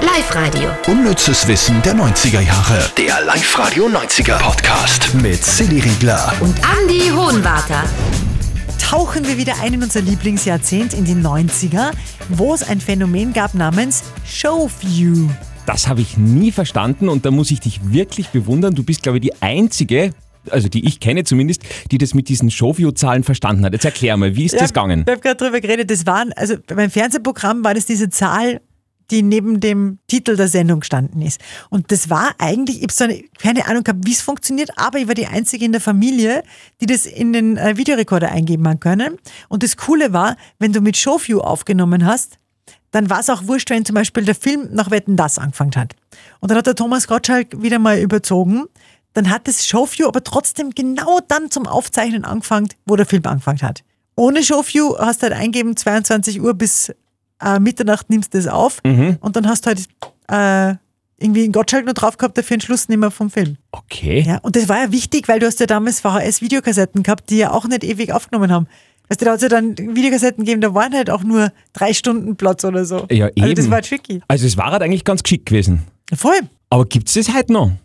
Live-Radio. Unnützes Wissen der 90er Jahre. Der Live-Radio 90er Podcast mit Silly Riegler Und Andi Hohenwarter. Tauchen wir wieder ein in unser Lieblingsjahrzehnt, in die 90er, wo es ein Phänomen gab namens Showview. Das habe ich nie verstanden und da muss ich dich wirklich bewundern. Du bist, glaube ich, die Einzige, also die ich kenne zumindest, die das mit diesen Showview-Zahlen verstanden hat. Jetzt erklär mal, wie ist das gegangen? Ich habe gerade drüber geredet, also beim Fernsehprogramm war das diese Zahl, die neben dem Titel der Sendung gestanden ist. Und das war eigentlich, ich habe so keine Ahnung gehabt, wie es funktioniert, aber ich war die Einzige in der Familie, die das in den Videorekorder eingeben hat können. Und das Coole war, wenn du mit Showview aufgenommen hast, dann war es auch wurscht, wenn zum Beispiel der Film nach Wetten, dass angefangen hat. Und dann hat der Thomas Gottschalk wieder mal überzogen. Dann hat das Showview aber trotzdem genau dann zum Aufzeichnen angefangen, wo der Film angefangen hat. Ohne Showview hast du halt eingeben, 22 Uhr bis Mitternacht nimmst du das auf und dann hast du halt irgendwie einen Gottschalk noch drauf gehabt, dafür einen Schlussnehmer vom Film. Okay. Ja, und das war ja wichtig, weil du hast ja damals VHS-Videokassetten gehabt, die ja auch nicht ewig aufgenommen haben. Weißt du, da hat es ja dann Videokassetten gegeben, da waren halt auch nur 3 Stunden Platz oder so. Ja, eben. Also das war tricky. Also es war halt eigentlich ganz geschickt gewesen. Voll. Aber gibt es das heute noch?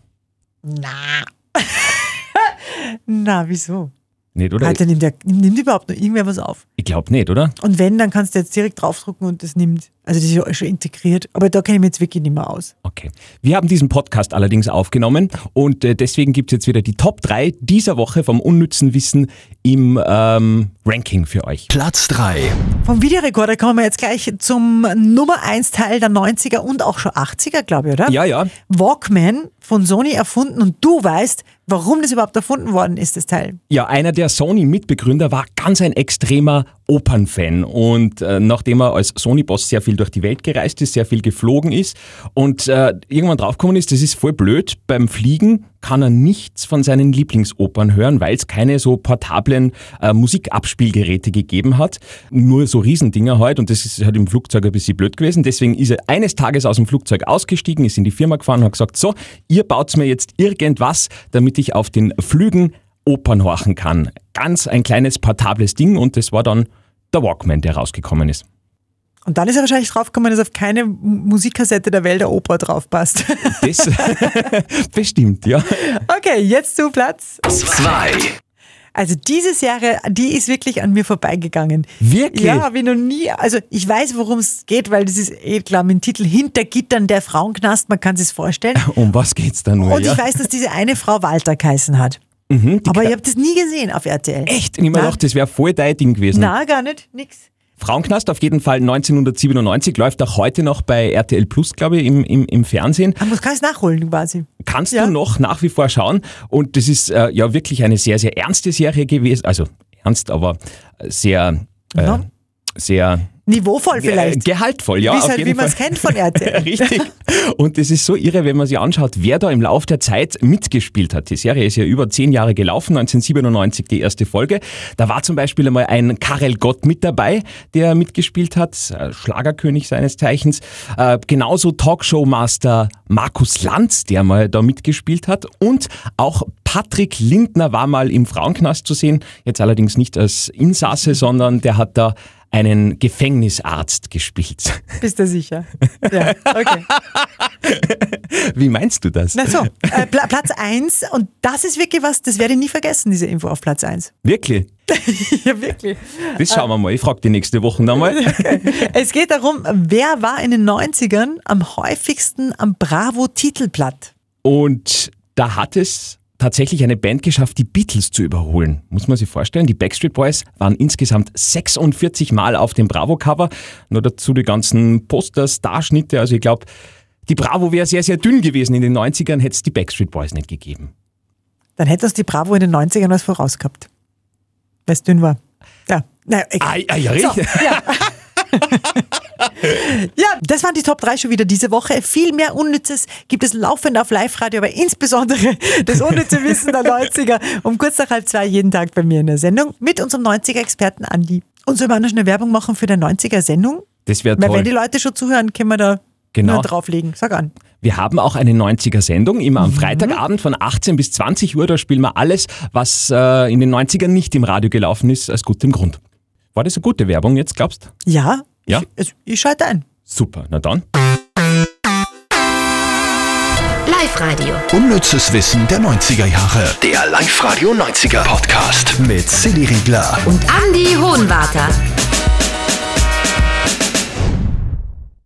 Na, wieso? Nicht, oder? Alter, nimmt überhaupt noch irgendwer was auf? Ich glaube nicht, oder? Und wenn, dann kannst du jetzt direkt draufdrucken und das nimmt. Also das ist ja schon integriert. Aber da kenne ich mich jetzt wirklich nicht mehr aus. Okay. Wir haben diesen Podcast allerdings aufgenommen und deswegen gibt es jetzt wieder die Top 3 dieser Woche vom unnützen Wissen im Ranking für euch. Platz 3. Vom Videorekorder kommen wir jetzt gleich zum Nummer 1 Teil der 90er und auch schon 80er, glaube ich, oder? Ja, ja. Walkman von Sony erfunden und du weißt, warum das überhaupt erfunden worden ist, das Teil. Ja, einer der Sony-Mitbegründer war ganz ein extremer Opernfan und nachdem er als Sony-Boss sehr viel durch die Welt gereist ist, sehr viel geflogen ist und irgendwann draufgekommen ist, das ist voll blöd, beim Fliegen kann er nichts von seinen Lieblingsopern hören, weil es keine so portablen Musikabspielgeräte gegeben hat, nur so Riesendinger halt und das ist halt im Flugzeug ein bisschen blöd gewesen, deswegen ist er eines Tages aus dem Flugzeug ausgestiegen, ist in die Firma gefahren und hat gesagt, so, ihr baut mir jetzt irgendwas, damit ich auf den Flügen Opern horchen kann. Ganz ein kleines portables Ding und das war dann der Walkman, der rausgekommen ist. Und dann ist er wahrscheinlich draufgekommen, dass auf keine Musikkassette der Welt der Oper draufpasst. Das bestimmt, ja. Okay, jetzt zu Platz 2. Also diese Serie, die ist wirklich an mir vorbeigegangen. Wirklich? Ja, habe ich noch nie, also ich weiß, worum es geht, weil das ist klar mit dem Titel Hinter Gittern der Frauenknast, man kann es sich vorstellen. Um was geht's da nur? Und ich weiß, dass diese eine Frau Walter geheißen hat. Aber ich habe das nie gesehen auf RTL. Echt? Und ich mir gedacht, das wäre voll dein Ding gewesen. Na, gar nicht, nix. Frauenknast auf jeden Fall 1997, läuft auch heute noch bei RTL Plus, glaube ich, im Fernsehen. Man kann es nachholen quasi. Kannst du noch nach wie vor schauen und das ist ja wirklich eine sehr, sehr ernste Serie gewesen, also ernst, aber sehr Niveauvoll vielleicht. Gehaltvoll, ja. Wie man es kennt von RTL. Richtig. Und das ist so irre, wenn man sich anschaut, wer da im Lauf der Zeit mitgespielt hat. Die Serie ist ja über 10 Jahre gelaufen, 1997 die erste Folge. Da war zum Beispiel einmal ein Karel Gott mit dabei, der mitgespielt hat, Schlagerkönig seines Zeichens. Genauso Talkshow-Master Markus Lanz, der mal da mitgespielt hat. Und auch Patrick Lindner war mal im Frauenknast zu sehen. Jetzt allerdings nicht als Insasse, sondern der hat da einen Gefängnisarzt gespielt. Bist du sicher? Ja, okay. Wie meinst du das? Na so, Platz 1 und das ist wirklich was, das werde ich nie vergessen, diese Info auf Platz 1. Wirklich? Ja, wirklich. Das schauen wir mal, ich frage die nächste Woche nochmal. Okay. Es geht darum, wer war in den 90ern am häufigsten am Bravo-Titelblatt? Und da hat es tatsächlich eine Band geschafft, die Beatles zu überholen. Muss man sich vorstellen, die Backstreet Boys waren insgesamt 46 Mal auf dem Bravo-Cover. Nur dazu die ganzen Posters, Starschnitte. Also ich glaube, die Bravo wäre sehr, sehr dünn gewesen in den 90ern, hätte es die Backstreet Boys nicht gegeben. Dann hätte uns die Bravo in den 90ern was voraus gehabt. Weil es dünn war. Ja, naja, egal. Ja, richtig. So, ja. Ja, das waren die Top 3 schon wieder diese Woche. Viel mehr Unnützes gibt es laufend auf Live-Radio, aber insbesondere das unnütze Wissen der 90er um kurz nach 1:30 jeden Tag bei mir in der Sendung mit unserem 90er-Experten Andi. Und sollen wir auch noch eine Werbung machen für die 90er-Sendung? Das wäre Weil toll. wenn die Leute schon zuhören, können wir da nur drauflegen. Sag an. Wir haben auch eine 90er-Sendung, immer am Freitagabend von 18 bis 20 Uhr. Da spielen wir alles, was in den 90ern nicht im Radio gelaufen ist, aus gutem Grund. War das eine gute Werbung jetzt, glaubst du? Ja, Ja? Ich schalte ein. Super, na dann. Live-Radio. Unnützes Wissen der 90er Jahre. Der Live-Radio 90er Podcast mit Silly Riegler Und Andi Hohenwarter.